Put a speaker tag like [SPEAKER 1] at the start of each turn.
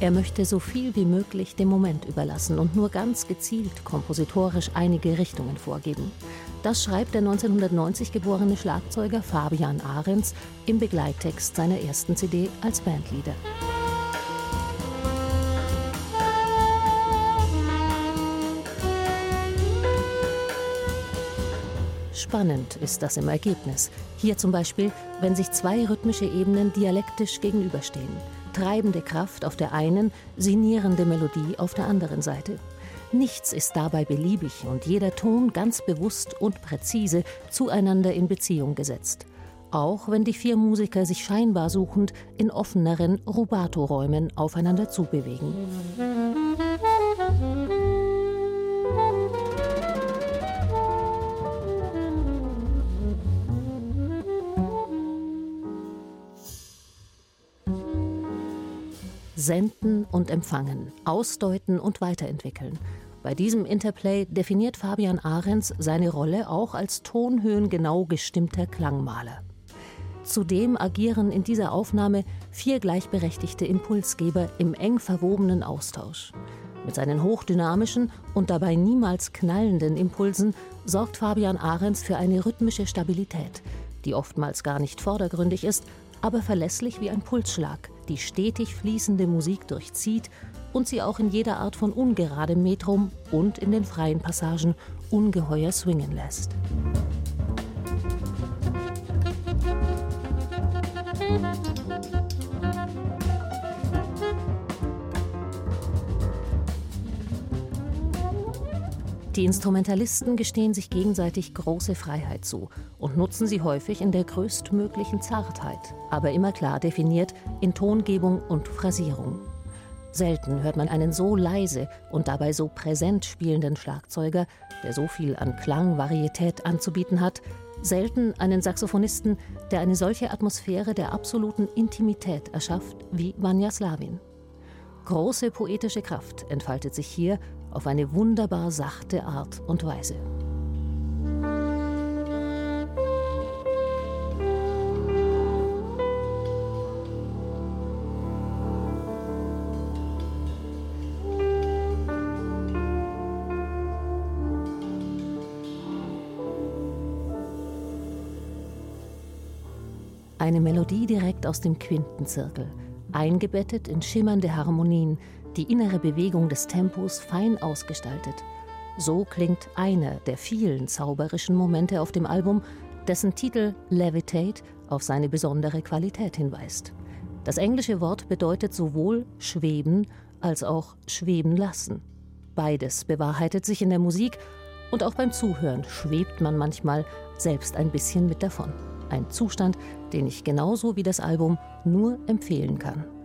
[SPEAKER 1] Er möchte so viel wie möglich dem Moment überlassen und nur ganz gezielt kompositorisch einige Richtungen vorgeben. Das schreibt der 1990 geborene Schlagzeuger Fabian Ahrens im Begleittext seiner ersten CD als Bandleader. Spannend ist das im Ergebnis. Hier zum Beispiel, wenn sich zwei rhythmische Ebenen dialektisch gegenüberstehen. Treibende Kraft auf der einen, sinnierende Melodie auf der anderen Seite. Nichts ist dabei beliebig und jeder Ton ganz bewusst und präzise zueinander in Beziehung gesetzt. Auch wenn die vier Musiker sich scheinbar suchend in offeneren Rubato-Räumen aufeinander zubewegen. Senden und empfangen, ausdeuten und weiterentwickeln. Bei diesem Interplay definiert Fabian Ahrens seine Rolle auch als tonhöhengenau gestimmter Klangmaler. Zudem agieren in dieser Aufnahme 4 gleichberechtigte Impulsgeber im eng verwobenen Austausch. Mit seinen hochdynamischen und dabei niemals knallenden Impulsen sorgt Fabian Ahrens für eine rhythmische Stabilität, die oftmals gar nicht vordergründig ist, aber verlässlich wie ein Pulsschlag, die stetig fließende Musik durchzieht und sie auch in jeder Art von ungeradem Metrum und in den freien Passagen ungeheuer swingen lässt. Die Instrumentalisten gestehen sich gegenseitig große Freiheit zu und nutzen sie häufig in der größtmöglichen Zartheit, aber immer klar definiert in Tongebung und Phrasierung. Selten hört man einen so leise und dabei so präsent spielenden Schlagzeuger, der so viel an Klangvarietät anzubieten hat, selten einen Saxophonisten, der eine solche Atmosphäre der absoluten Intimität erschafft wie Vanja Slavin. Große poetische Kraft entfaltet sich hier auf eine wunderbar sachte Art und Weise. Eine Melodie direkt aus dem Quintenzirkel, eingebettet in schimmernde Harmonien, die innere Bewegung des Tempos fein ausgestaltet. So klingt einer der vielen zauberischen Momente auf dem Album, dessen Titel Levitate auf seine besondere Qualität hinweist. Das englische Wort bedeutet sowohl schweben als auch schweben lassen. Beides bewahrheitet sich in der Musik und auch beim Zuhören schwebt man manchmal selbst ein bisschen mit davon. Ein Zustand, den ich genauso wie das Album nur empfehlen kann.